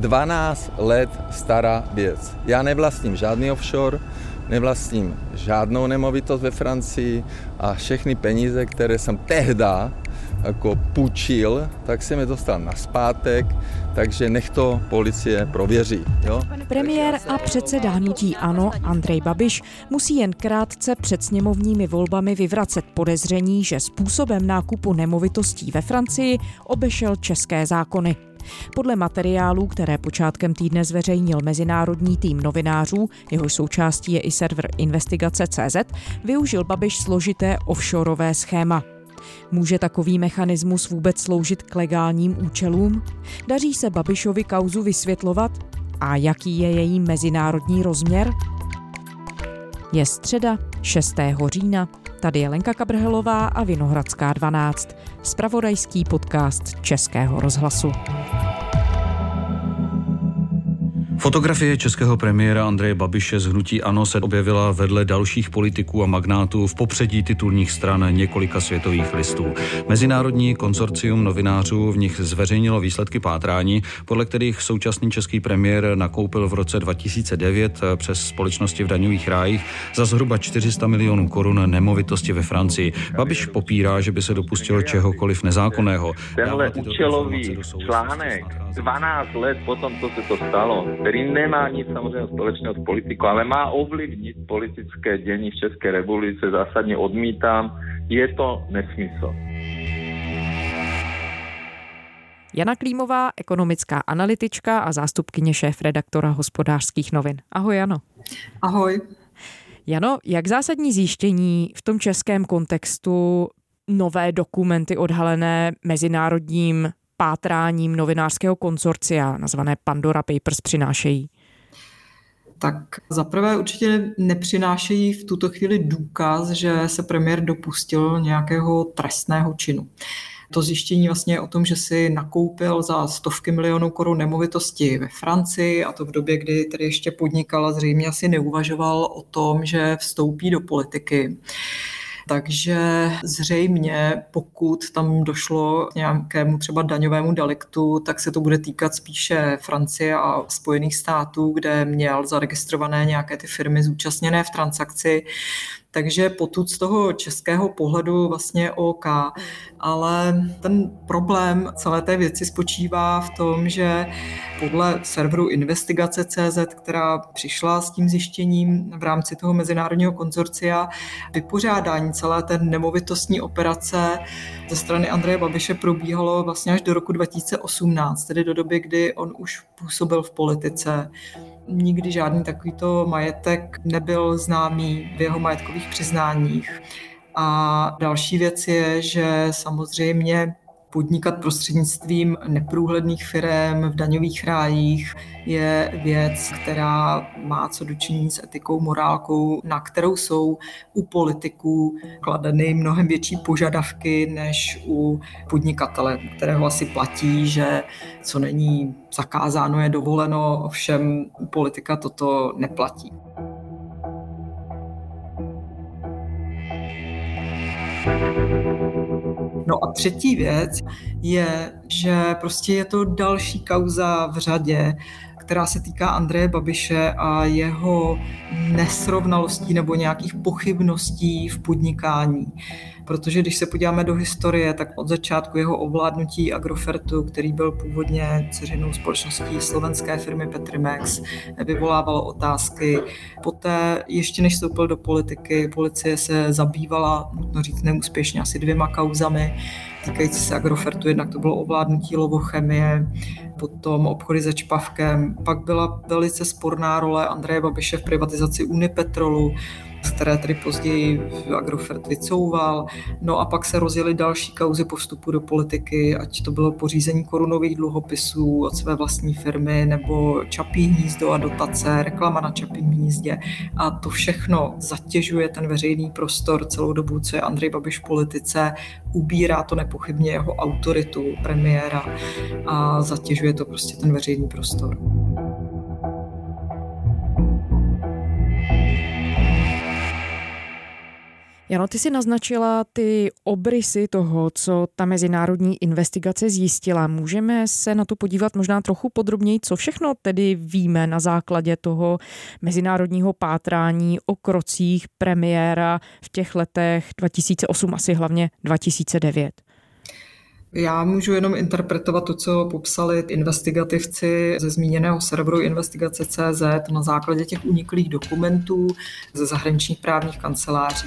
12 let stará věc. Já nevlastním žádný offshore, nevlastním žádnou nemovitost ve Francii a všechny peníze, které jsem tehda jako půjčil, tak jsem je dostal nazpátek, takže nech to policie prověří. Jo? Premiér a předseda hnutí ANO Andrej Babiš musí jen krátce před sněmovními volbami vyvracet podezření, že způsobem nákupu nemovitostí ve Francii obešel české zákony. Podle materiálů, které počátkem týdne zveřejnil mezinárodní tým novinářů, jehož součástí je i server Investigace.cz, využil Babiš složité offshoreové schéma. Může takový mechanismus vůbec sloužit k legálním účelům? Daří se Babišovi kauzu vysvětlovat? A jaký je její mezinárodní rozměr? Je středa 6. října. Tady je Lenka Kabrhelová a Vinohradská 12. Zpravodajský podcast Českého rozhlasu. Fotografie českého premiéra Andreje Babiše z hnutí ANO se objevila vedle dalších politiků a magnátů v popředí titulních stran několika světových listů. Mezinárodní konsorcium novinářů v nich zveřejnilo výsledky pátrání, podle kterých současný český premiér nakoupil v roce 2009 přes společnosti v daňových rájích za zhruba 400 milionů korun nemovitosti ve Francii. Babiš popírá, že by se dopustil čehokoliv nezákonného. Tenhle účelový článek 12 let potom, co se to stalo, který nemá nic samozřejmě společného s politikou, ale má ovlivnit politické dění v České republice, zásadně odmítám, je to nesmysl. Jana Klímová, ekonomická analytička a zástupkyně šéfredaktora Hospodářských novin. Ahoj, Jano. Ahoj. Jano, jak zásadní zjištění v tom českém kontextu nové dokumenty odhalené mezinárodním pátráním novinářského konsorcia, nazvané Pandora Papers, přinášejí? Tak zaprvé určitě nepřinášejí v tuto chvíli důkaz, že se premiér dopustil nějakého trestného činu. To zjištění vlastně je o tom, že si nakoupil za stovky milionů korun nemovitosti ve Francii, a to v době, kdy tedy ještě podnikal a zřejmě asi neuvažoval o tom, že vstoupí do politiky. Takže zřejmě, pokud tam došlo k nějakému třeba daňovému deliktu, tak se to bude týkat spíše Francie a Spojených států, kde měl zaregistrované nějaké ty firmy zúčastněné v transakci. Takže potud z toho českého pohledu vlastně OK, ale ten problém celé té věci spočívá v tom, že podle serveru Investigace.cz, která přišla s tím zjištěním v rámci toho mezinárodního konzorcia, vypořádání celé té nemovitostní operace ze strany Andreje Babiše probíhalo vlastně až do roku 2018, tedy do doby, kdy on už působil v politice. Nikdy žádný takovýto majetek nebyl známý v jeho majetkových přiznáních. A další věc je, že samozřejmě podnikat prostřednictvím neprůhledných firem v daňových rájích je věc, která má co dočinění s etikou, morálkou, na kterou jsou u politiků kladeny mnohem větší požadavky než u podnikatele, kterého asi platí, že co není zakázáno, je dovoleno, ovšem u politika toto neplatí. No a třetí věc je, že prostě je to další kauza v řadě, která se týká Andreje Babiše a jeho nesrovnalostí nebo nějakých pochybností v podnikání. Protože když se podíváme do historie, tak od začátku jeho ovládnutí Agrofertu, který byl původně dceřinou společností slovenské firmy Petrimex, vyvolávalo otázky. Poté, ještě než vstoupil do politiky, policie se zabývala, nutno říct neúspěšně, asi 2 kauzami týkající se Agrofertu. Jednak to bylo ovládnutí Lovochemie, potom obchody se Čpavkem. Pak byla velice sporná role Andreje Babiše v privatizaci Unipetrolu, z které tedy později Agrofert vycouval. No a pak se rozjely další kauzy po vstupu do politiky, ať to bylo pořízení korunových dluhopisů od své vlastní firmy, nebo Čapí hnízdo a dotace, reklama na Čapím hnízdě. A to všechno zatěžuje ten veřejný prostor celou dobu, co je Andrej Babiš v politice, ubírá to nepochybně jeho autoritu premiéra a zatěžuje to prostě ten veřejný prostor. Jano, ty si naznačila ty obrysy toho, co ta mezinárodní investigace zjistila. Můžeme se na to podívat možná trochu podrobněji, co všechno tedy víme na základě toho mezinárodního pátrání o krocích premiéra v těch letech 2008, asi hlavně 2009? Já můžu jenom interpretovat to, co popsali investigativci ze zmíněného serveru investigace.cz na základě těch uniklých dokumentů ze zahraničních právních kanceláří.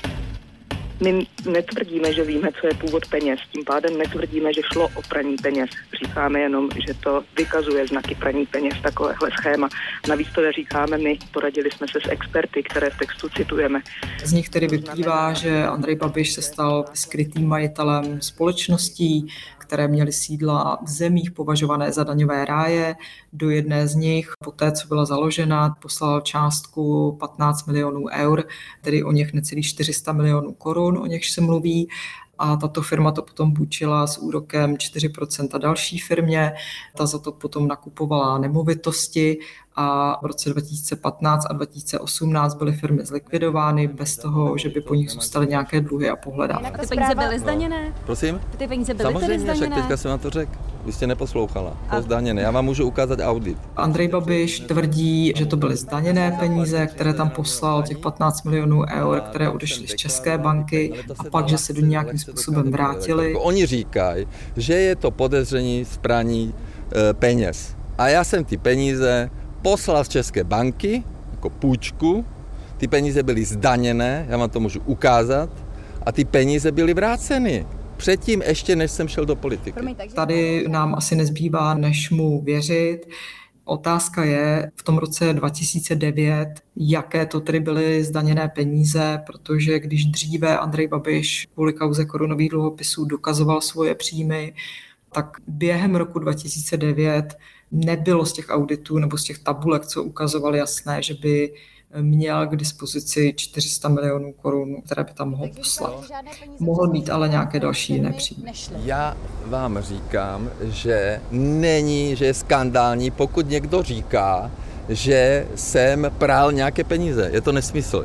My netvrdíme, že víme, co je původ peněz, tím pádem netvrdíme, že šlo o praní peněz. Říkáme jenom, že to vykazuje znaky praní peněz, takovéhle schéma. Navíc to neříkáme my, poradili jsme se s experty, které v textu citujeme. Z nich tedy vyplývá, že Andrej Babiš se stal skrytým majitelem společností, které měly sídla v zemích považované za daňové ráje. Do jedné z nich, poté co byla založena, poslal částku 15 milionů eur, tedy o něch necelých 400 milionů korun, o něchž se mluví. A tato firma to potom půjčila s úrokem 4% další firmě. Ta za to potom nakupovala nemovitosti a v roce 2015 a 2018 byly firmy zlikvidovány bez toho, že by po nich zůstaly nějaké dluhy a pohledávky. Ty peníze byly zdaněné? Prosím? Ty peníze byly samozřejmě, tedy zdaněné? Samozřejmě, teďka jsem na to řekl. Vy jste neposlouchala. To zdaněné. Já vám můžu ukázat audit. Andrej Babiš tvrdí, že to byly zdaněné peníze, které tam poslal, těch 15 milionů eur, které odešly z České banky a pak, že se do nějakým způsobem vrátili. Oni říkají, že je to podezření z praní peněz. A já jsem ty peníze poslal z České banky jako půjčku, ty peníze byly zdaněné, já vám to můžu ukázat, a ty peníze byly vráceny. Předtím ještě, než jsem šel do politiky. Tady nám asi nezbývá, než mu věřit. Otázka je v tom roce 2009, jaké to tedy byly zdaněné peníze, protože když dříve Andrej Babiš kvůli kauze korunových dluhopisů dokazoval svoje příjmy, tak během roku 2009 nebylo z těch auditů nebo z těch tabulek, co ukazovaly jasné, že by měl k dispozici 400 milionů korun, které by tam mohl poslat. Mohl mít ale nějaké další jiné příjmy. Já vám říkám, že je skandální, pokud někdo říká, že jsem prál nějaké peníze. Je to nesmysl.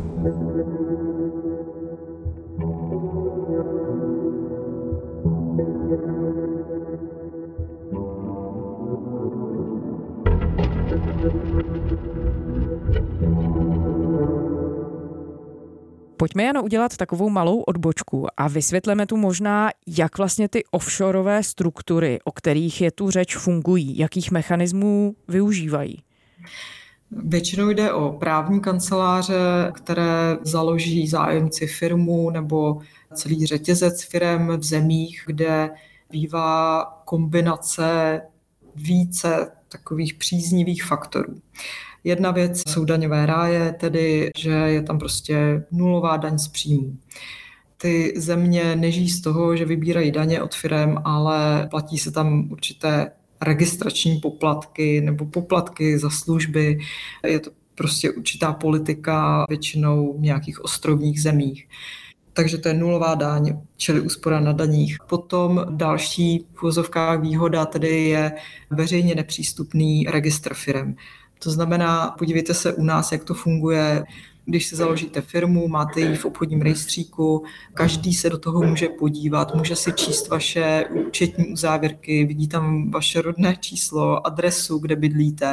Pojďme jen udělat takovou malou odbočku a vysvětleme tu možná, jak vlastně ty offshoreové struktury, o kterých je tu řeč, fungují, jakých mechanismů využívají. Většinou jde o právní kanceláře, které založí zájemci firmu nebo celý řetězec firem v zemích, kde bývá kombinace více takových příznivých faktorů. Jedna věc jsou daňové ráje, tedy že je tam prostě nulová daň z příjmů. Ty země nežijí z toho, že vybírají daně od firem, ale platí se tam určité registrační poplatky nebo poplatky za služby. Je to prostě určitá politika většinou v nějakých ostrovních zemích. Takže to je nulová daň, čili úspora na daních. Potom další v uvozovkách výhoda tedy je veřejně nepřístupný registr firem. To znamená, podívejte se u nás, jak to funguje. Když si založíte firmu, máte ji v obchodním rejstříku, každý se do toho může podívat, může si číst vaše účetní uzávěrky, vidí tam vaše rodné číslo, adresu, kde bydlíte.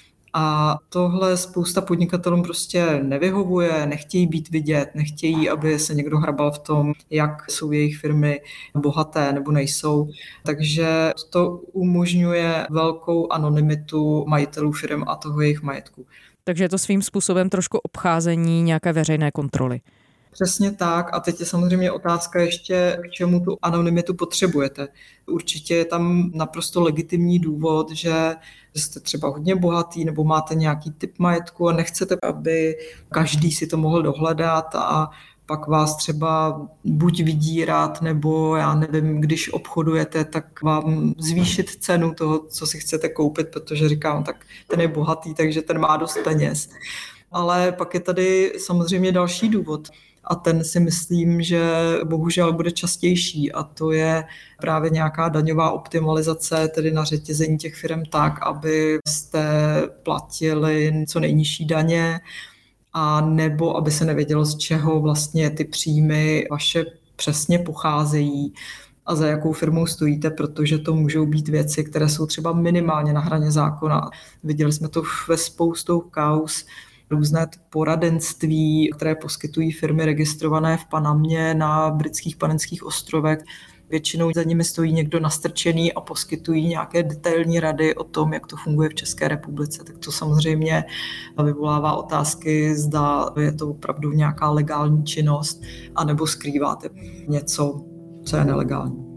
A tohle spousta podnikatelům prostě nevyhovuje, nechtějí být vidět, nechtějí, aby se někdo hrabal v tom, jak jsou jejich firmy bohaté nebo nejsou. Takže to umožňuje velkou anonymitu majitelů firm a toho jejich majetku. Takže je to svým způsobem trošku obcházení nějaké veřejné kontroly. Přesně tak. A teď je samozřejmě otázka ještě, k čemu tu anonymitu potřebujete. Určitě je tam naprosto legitimní důvod, že jste třeba hodně bohatý nebo máte nějaký typ majetku a nechcete, aby každý si to mohl dohledat a pak vás třeba buď vydírat, nebo já nevím, když obchodujete, tak vám zvýšit cenu toho, co si chcete koupit, protože říkám, tak ten je bohatý, takže ten má dost peněz. Ale pak je tady samozřejmě další důvod. A ten si myslím, že bohužel bude častější a to je právě nějaká daňová optimalizace, tedy na řetězení těch firm tak, aby jste platili co nejnižší daně a nebo aby se nevědělo, z čeho vlastně ty příjmy vaše přesně pocházejí a za jakou firmou stojíte, protože to můžou být věci, které jsou třeba minimálně na hraně zákona. Viděli jsme to ve spoustou kauz, různé poradenství, které poskytují firmy registrované v Panamě na britských Panenských ostrovech. Většinou za nimi stojí někdo nastrčený a poskytují nějaké detailní rady o tom, jak to funguje v České republice. Tak to samozřejmě vyvolává otázky, zda je to opravdu nějaká legální činnost, anebo skrýváte něco, co je nelegální.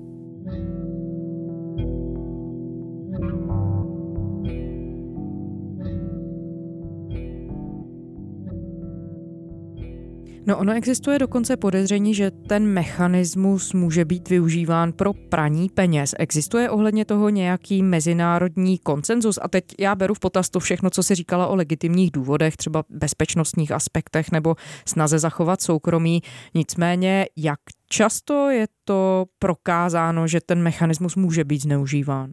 No ono existuje dokonce podezření, že ten mechanismus může být využíván pro praní peněz. Existuje ohledně toho nějaký mezinárodní konsenzus? A teď já beru v potaz to všechno, co si říkala o legitimních důvodech, třeba bezpečnostních aspektech nebo snaze zachovat soukromí. Nicméně, jak často je to prokázáno, že ten mechanismus může být zneužíván?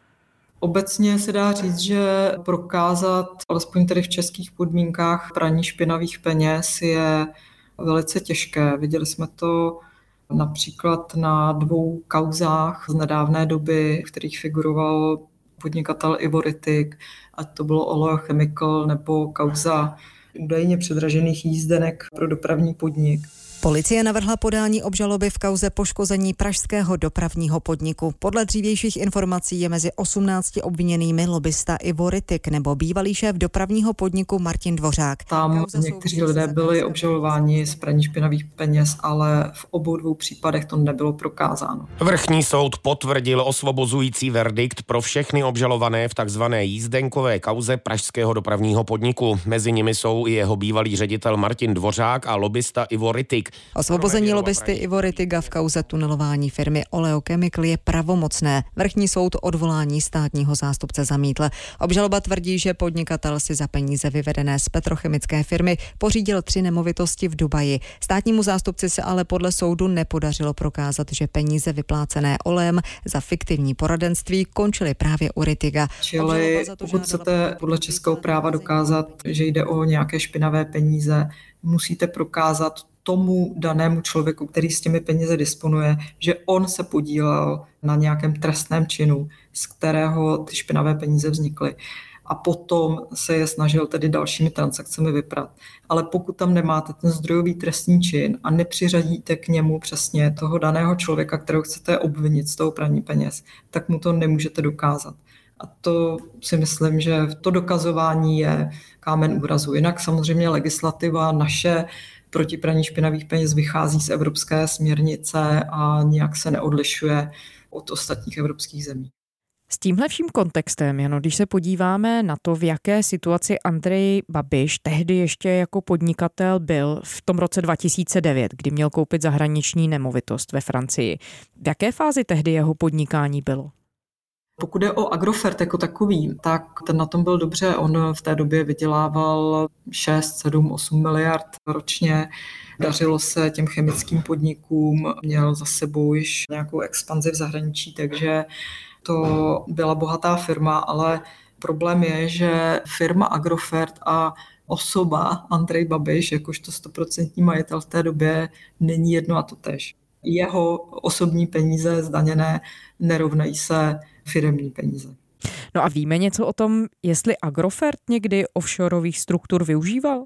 Obecně se dá říct, že prokázat, alespoň tedy v českých podmínkách, praní špinavých peněz je velice těžké. Viděli jsme to například na 2 kauzách z nedávné doby, v kterých figuroval podnikatel Ivo Rittig, ať to bylo Oleochemical nebo kauza údajně předražených jízdenek pro dopravní podnik. Policie navrhla podání obžaloby v kauze poškození pražského dopravního podniku. Podle dřívějších informací je mezi 18 obviněnými lobista Ivo Rittig nebo bývalý šéf dopravního podniku Martin Dvořák. Tam někteří lidé byli obžalováni z praní špinavých peněz, ale v obou 2 případech to nebylo prokázáno. Vrchní soud potvrdil osvobozující verdikt pro všechny obžalované v takzvané jízdenkové kauze pražského dopravního podniku. Mezi nimi jsou i jeho bývalý ředitel Martin Dvořák a lobista Ivo Rittig. Osvobození lobbysty Ivo Rittiga v kauze tunelování firmy Oleochemical je pravomocné. Vrchní soud odvolání státního zástupce zamítl. Obžaloba tvrdí, že podnikatel si za peníze vyvedené z petrochemické firmy pořídil 3 nemovitosti v Dubaji. Státnímu zástupci se ale podle soudu nepodařilo prokázat, že peníze vyplácené olejem za fiktivní poradenství končily právě u Rittiga. Čili pokud chcete podle českého práva dokázat, že jde o nějaké špinavé peníze, musíte prokázat tomu danému člověku, který s těmi penězi disponuje, že on se podílel na nějakém trestném činu, z kterého ty špinavé peníze vznikly. A potom se je snažil tedy dalšími transakcemi vyprat. Ale pokud tam nemáte ten zdrojový trestný čin a nepřiřadíte k němu přesně toho daného člověka, kterého chcete obvinit z toho praní peněz, tak mu to nemůžete dokázat. A to si myslím, že to dokazování je kámen úrazu. Jinak samozřejmě legislativa naše proti praní špinavých peněz vychází z evropské směrnice a nijak se neodlišuje od ostatních evropských zemí. S tímhle vším kontextem, Jano, když se podíváme na to, v jaké situaci Andrej Babiš tehdy ještě jako podnikatel byl v tom roce 2009, kdy měl koupit zahraniční nemovitost ve Francii. V jaké fázi tehdy jeho podnikání bylo? Pokud je o Agrofert jako takový, tak ten na tom byl dobře. On v té době vydělával 6, 7, 8 miliard ročně. Dařilo se těm chemickým podnikům, měl za sebou již nějakou expanzi v zahraničí, takže to byla bohatá firma, ale problém je, že firma Agrofert a osoba Andrej Babiš, jakožto 100% majitel v té době, není jedno a totéž. Jeho osobní peníze zdaněné nerovnají se firemní peníze. No a víme něco o tom, jestli Agrofert někdy offshoreových struktur využíval?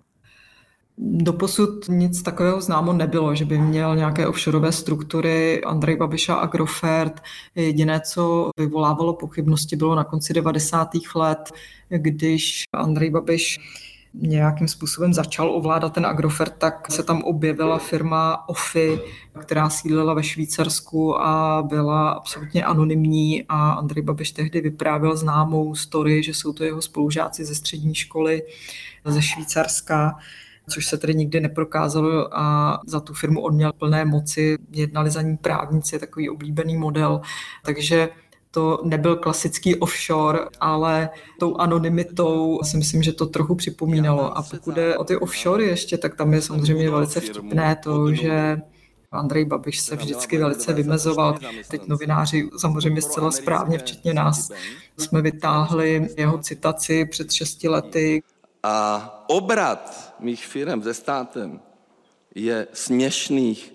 Doposud nic takového známo nebylo, že by měl nějaké offshoreové struktury Andrej Babiš a Agrofert. Jediné, co vyvolávalo pochybnosti, bylo na konci 90. let, když Andrej Babiš nějakým způsobem začal ovládat ten Agrofert, tak se tam objevila firma OFI, která sídlila ve Švýcarsku a byla absolutně anonymní a Andrej Babiš tehdy vyprávěl známou story, že jsou to jeho spolužáci ze střední školy ze Švýcarska, což se tedy nikdy neprokázalo a za tu firmu on měl plné moci, jednali za ní právníci, takový oblíbený model, takže to nebyl klasický offshore, ale tou anonymitou si myslím, že to trochu připomínalo. A pokud jde o ty offshory ještě, tak tam je samozřejmě velice vtipné to, že Andrej Babiš se vždycky velice vymezoval. Teď novináři samozřejmě zcela správně, včetně nás, jsme vytáhli jeho citaci před 6 lety. A obrat mých firem se státem je směšných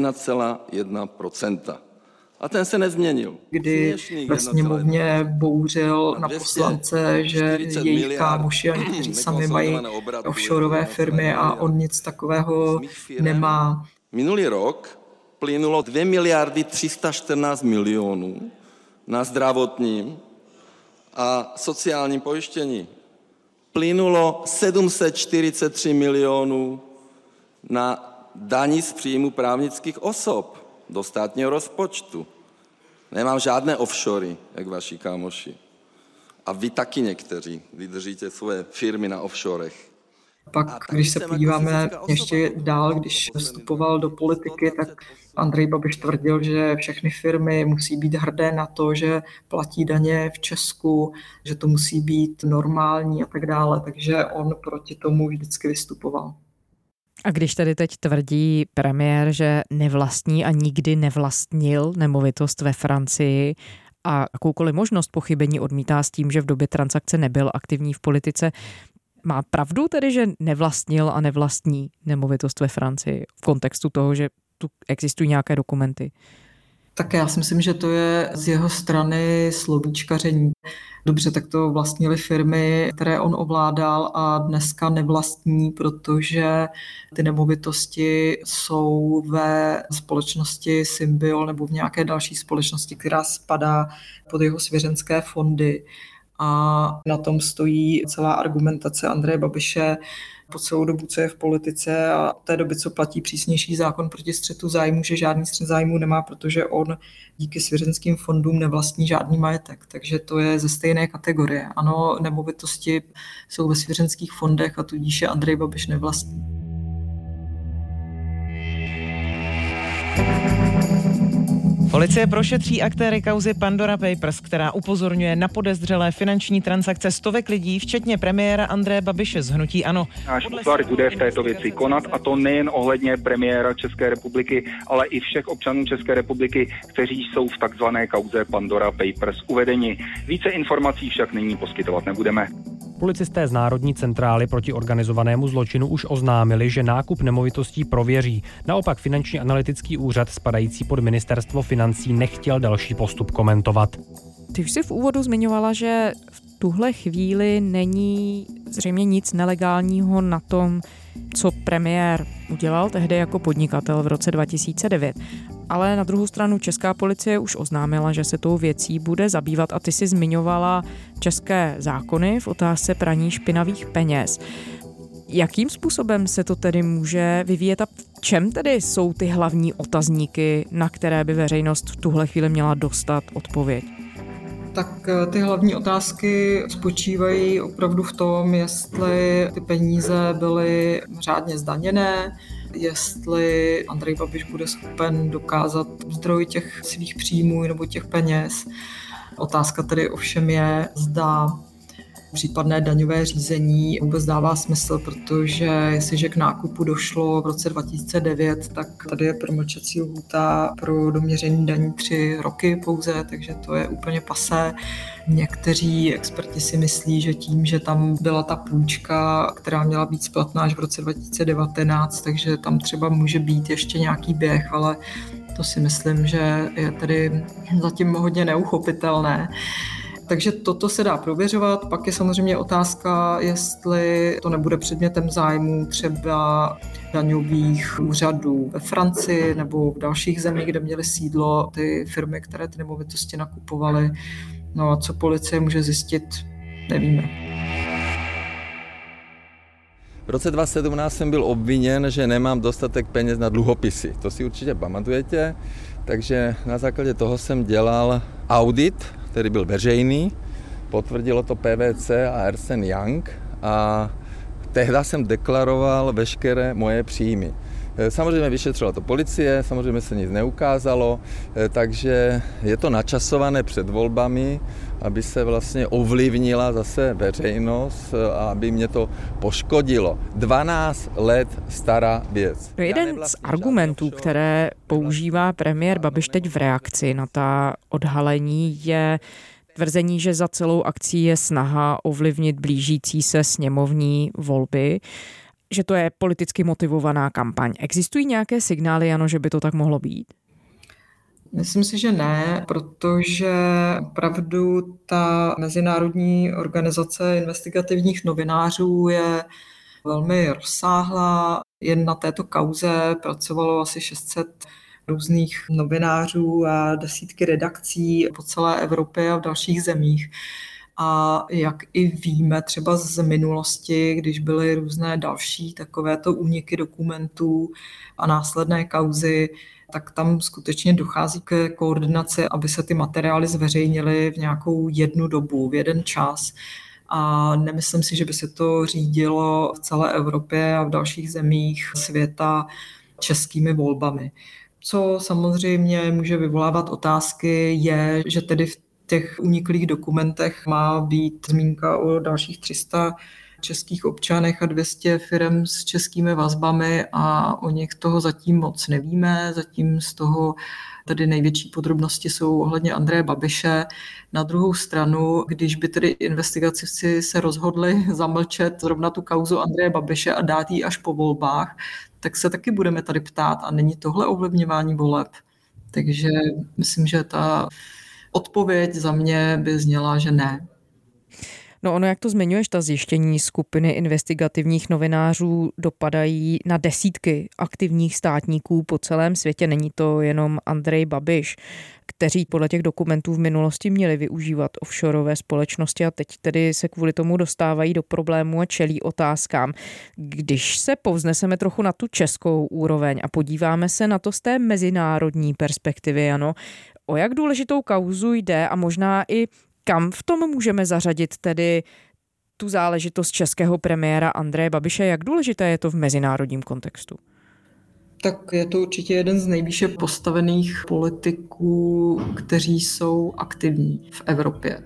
1,1%. A ten se nezměnil. Kdy ve sněmovně bouřil na poslance, že jejich kámoši a někteří sami mají offshoreové firmy a on nic takového nemá. Minulý rok plynulo 2 miliardy 314 milionů na zdravotním a sociálním pojištění. Plynulo 743 milionů na daní z příjmu právnických osob do státního rozpočtu. Nemám žádné offshory, jak vaši kámoši. A vy taky někteří, vy držíte své firmy na offshorech. Pak, když se podíváme ještě dál, když vstupoval do politiky, tak Andrej Babiš tvrdil, že všechny firmy musí být hrdé na to, že platí daně v Česku, že to musí být normální a tak dále. Takže on proti tomu vždycky vystupoval. A když tedy teď tvrdí premiér, že nevlastní a nikdy nevlastnil nemovitost ve Francii a jakoukoliv možnost pochybení odmítá s tím, že v době transakce nebyl aktivní v politice, má pravdu tedy, že nevlastnil a nevlastní nemovitost ve Francii v kontextu toho, že tu existují nějaké dokumenty? Tak já si myslím, že to je z jeho strany slovíčkaření. Dobře, tak to vlastnily firmy, které on ovládal a dneska nevlastní, protože ty nemovitosti jsou ve společnosti Symbiol nebo v nějaké další společnosti, která spadá pod jeho svěřenské fondy. A na tom stojí celá argumentace Andreje Babiše po celou dobu, co je v politice a od té doby, co platí přísnější zákon proti střetu zájmu, že žádný střet zájmu nemá, protože on díky svěřenským fondům nevlastní žádný majetek. Takže to je ze stejné kategorie. Ano, nemovitosti jsou ve svěřenských fondech a tudíž je Andrej Babiš nevlastní. Policie prošetří aktéry kauzy Pandora Papers, která upozorňuje na podezřelé finanční transakce stovek lidí, včetně premiéra Andreje Babiše z hnutí ANO. Náš útvar bude v této věci konat, a to nejen ohledně premiéra České republiky, ale i všech občanů České republiky, kteří jsou v takzvané kauze Pandora Papers uvedeni. Více informací však nyní poskytovat nebudeme. Policisté z Národní centrály proti organizovanému zločinu už oznámili, že nákup nemovitostí prověří. Naopak Finanční analytický úřad spadající pod ministerstvo financí nechtěl další postup komentovat. Ty už jsi v úvodu zmiňovala, že v tuhle chvíli není zřejmě nic nelegálního na tom, co premiér udělal tehdy jako podnikatel v roce 2009. Ale na druhou stranu česká policie už oznámila, že se tou věcí bude zabývat a ty si zmiňovala české zákony v otázce praní špinavých peněz. Jakým způsobem se to tedy může vyvíjet a v čem tedy jsou ty hlavní otazníky, na které by veřejnost v tuhle chvíli měla dostat odpověď? Tak ty hlavní otázky spočívají opravdu v tom, jestli ty peníze byly řádně zdaněné, jestli Andrej Babiš bude schopen dokázat zdroj těch svých příjmů nebo těch peněz. Otázka tedy ovšem je, zda případné daňové řízení vůbec dává smysl, protože jestliže k nákupu došlo v roce 2009, tak tady je promlčecí lhůta pro doměření daní 3 roky pouze, takže to je úplně pasé. Někteří experti si myslí, že tím, že tam byla ta půjčka, která měla být splatná až v roce 2019, takže tam třeba může být ještě nějaký běh, ale to si myslím, že je tedy zatím hodně neuchopitelné. Takže toto se dá prověřovat. Pak je samozřejmě otázka, jestli to nebude předmětem zájmu třeba daňových úřadů ve Francii nebo v dalších zemích, kde měly sídlo ty firmy, které ty nemovitosti nakupovaly. No a co policie může zjistit, nevíme. V roce 2017 jsem byl obviněn, že nemám dostatek peněz na dluhopisy. To si určitě pamatujete. Takže na základě toho jsem dělal audit, který byl veřejný, potvrdilo to PwC a Ernst & Young a tehdy jsem deklaroval veškeré moje příjmy. Samozřejmě vyšetřila to policie, samozřejmě se nic neukázalo, takže je to načasované před volbami, aby se vlastně ovlivnila zase veřejnost a aby mě to poškodilo. 12 let stará věc. Jeden z argumentů, které používá premiér Babiš teď v reakci na ta odhalení, je tvrzení, že za celou akcí je snaha ovlivnit blížící se sněmovní volby, že to je politicky motivovaná kampaň. Existují nějaké signály, Jano, že by to tak mohlo být? Myslím si, že ne, protože opravdu ta Mezinárodní organizace investigativních novinářů je velmi rozsáhlá. Jen na této kauze pracovalo asi 600 různých novinářů a desítky redakcí po celé Evropě a v dalších zemích. A jak i víme třeba z minulosti, když byly různé další takovéto úniky dokumentů a následné kauzy, tak tam skutečně dochází k koordinaci, aby se ty materiály zveřejnily v nějakou jednu dobu, v jeden čas. A nemyslím si, že by se to řídilo v celé Evropě a v dalších zemích světa českými volbami. Co samozřejmě může vyvolávat otázky, je, že tedy v těch uniklých dokumentech má být zmínka o dalších 300 českých občanech a 200 firem s českými vazbami a o nich toho zatím moc nevíme. Zatím z toho tady největší podrobnosti jsou ohledně Andreje Babiše. Na druhou stranu, když by tedy investigativci se rozhodli zamlčet zrovna tu kauzu Andreje Babiše a dát ji až po volbách, tak se taky budeme tady ptát a není tohle ovlivňování voleb. Takže myslím, že ta odpověď za mě by zněla, že ne. No ono, jak to zmiňuješ, ta zjištění skupiny investigativních novinářů dopadají na desítky aktivních státníků po celém světě. Není to jenom Andrej Babiš, kteří podle těch dokumentů v minulosti měli využívat offshoreové společnosti a teď tedy se kvůli tomu dostávají do problémů a čelí otázkám. Když se povzneseme trochu na tu českou úroveň a podíváme se na to z té mezinárodní perspektivy, ano, o jak důležitou kauzu jde a možná i kam v tom můžeme zařadit tedy tu záležitost českého premiéra Andreje Babiše? Jak důležité je to v mezinárodním kontextu? Tak je to určitě jeden z nejvýše postavených politiků, kteří jsou aktivní v Evropě.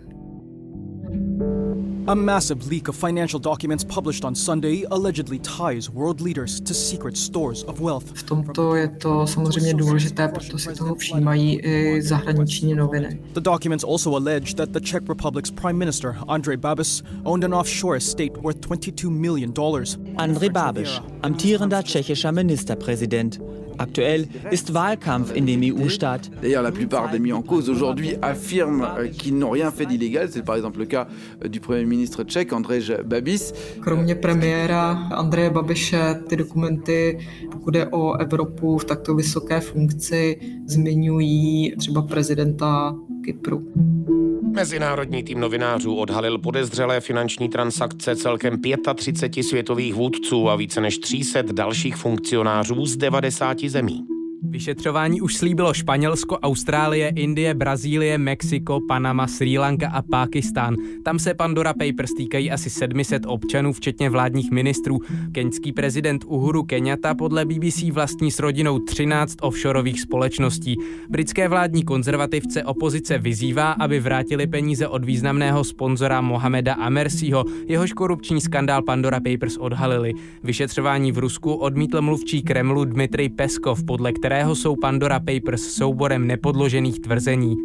A massive leak of financial documents published on Sunday allegedly ties world leaders to secret stores of wealth. V tomto je to samozřejmě důležité, proto si toho všímají i zahraniční noviny. The documents also allege that the Czech Republic's Prime Minister Andrej Babiš owned an offshore estate worth $22 million. Andrej Babiš, amtierender tschechischer Ministerpräsident. Aktuell ist Wahlkampf in dem EU-Staat. D'ailleurs, la plupart des mis en cause aujourd'hui affirment qu'ils n'ont rien fait d'illégal. C'est par exemple le cas du premier ministre tchèque Andrej Babiš. Kromě premiéra Andreje Babiše ty dokumenty, pokud je o Evropu v takto vysoké funkci, zmiňují třeba prezidenta Kypru. Mezinárodní tým novinářů odhalil podezřelé finanční transakce celkem 35 světových vůdců a více než 300 dalších funkcionářů z 90 zemí. Vyšetřování už slíbilo Španělsko, Austrálie, Indie, Brazílie, Mexiko, Panama, Srí Lanka a Pákistán. Tam se Pandora Papers týkají asi 700 občanů, včetně vládních ministrů. Keňský prezident Uhuru Kenyatta podle BBC vlastní s rodinou 13 offshoreových společností. Britské vládní konzervativce opozice vyzývá, aby vrátili peníze od významného sponzora Mohameda Amersího, jehož korupční skandál Pandora Papers odhalili. Vyšetřování v Rusku odmítl mluvčí Kremlu Dmitrij Peskov, podle kterého jsou Pandora Papers souborem nepodložených tvrzení.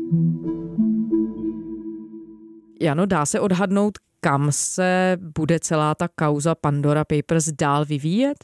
Jano, dá se odhadnout, kam se bude celá ta kauza Pandora Papers dál vyvíjet?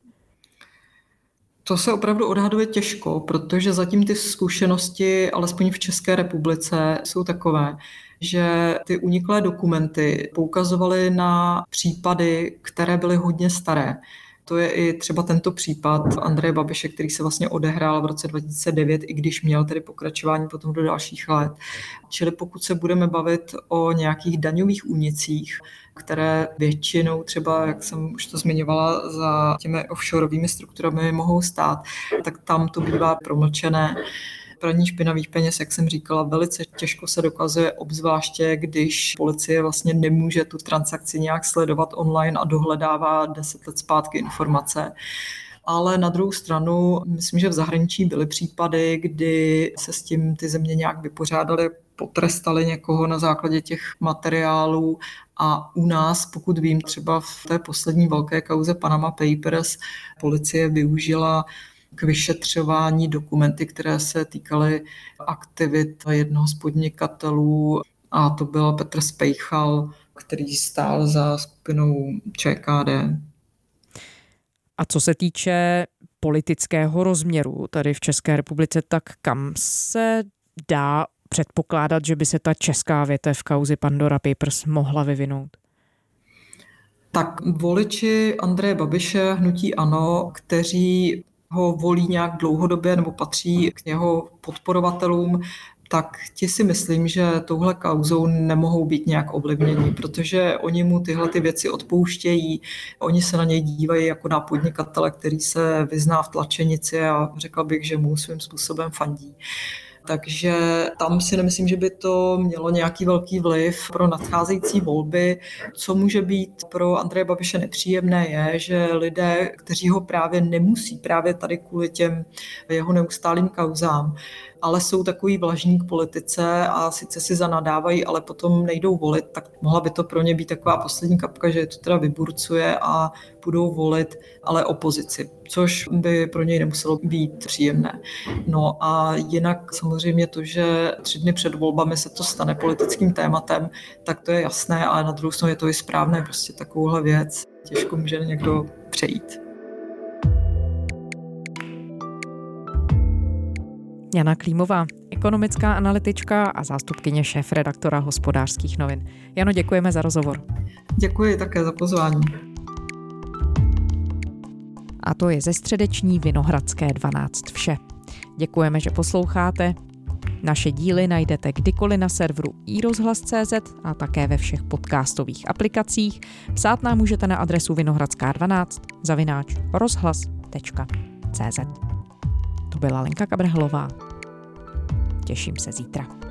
To se opravdu odhaduje těžko, protože zatím ty zkušenosti, alespoň v České republice, jsou takové, že ty uniklé dokumenty poukazovaly na případy, které byly hodně staré. To je i třeba tento případ Andreje Babiše, který se vlastně odehrál v roce 2009, i když měl tedy pokračování potom do dalších let. Čili pokud se budeme bavit o nějakých daňových únicích, které většinou třeba, jak jsem už to zmiňovala, za těmi offshoreovými strukturami mohou stát, tak tam to bývá promlčené. Praní špinavých peněz, jak jsem říkala, velice těžko se dokazuje, obzvláště když policie vlastně nemůže tu transakci nějak sledovat online a dohledává 10 let zpátky informace. Ale na druhou stranu, myslím, že v zahraničí byly případy, kdy se s tím ty země nějak vypořádaly, potrestali někoho na základě těch materiálů a u nás, pokud vím, třeba v té poslední velké kauze Panama Papers policie využila k vyšetřování dokumenty, které se týkaly aktivit jednoho z podnikatelů a to byl Petr Spejchal, který stál za skupinou ČKD. A co se týče politického rozměru tady v České republice, tak kam se dá předpokládat, že by se ta česká větev kauzy Pandora Papers mohla vyvinout? Tak voliči Andreje Babiše, hnutí ANO, kteří ho volí nějak dlouhodobě nebo patří k jeho podporovatelům, tak ti si myslím, že touhle kauzou nemohou být nějak ovlivněni, protože oni mu tyhle ty věci odpouštějí, oni se na něj dívají jako na podnikatele, který se vyzná v tlačenici a řekla bych, že mu svým způsobem fandí. Takže tam si nemyslím, že by to mělo nějaký velký vliv pro nadcházející volby. Co může být pro Andreje Babiše nepříjemné je, že lidé, kteří ho právě nemusí, právě tady kvůli těm jeho neustálým kauzám, ale jsou takový vlažní k politice a sice si zanadávají, ale potom nejdou volit, tak mohla by to pro ně být taková poslední kapka, že to teda vyburcuje a budou volit, ale opozici, což by pro něj nemuselo být příjemné. No a jinak samozřejmě to, že 3 dny před volbami se to stane politickým tématem, tak to je jasné, ale na druhou stranu je to i správné, prostě takovouhle věc těžko může někdo přejít. Jana Klímová, ekonomická analytička a zástupkyně šéfredaktora Hospodářských novin. Jano, děkujeme za rozhovor. Děkuji také za pozvání. A to je ze středeční Vinohradské 12 vše. Děkujeme, že posloucháte. Naše díly najdete kdykoliv na serveru iRozhlas.cz a také ve všech podcastových aplikacích. Psát nám můžete na adresu vinohradská12 @rozhlas.cz. To byla Lenka Kabrhelová. Těším se zítra.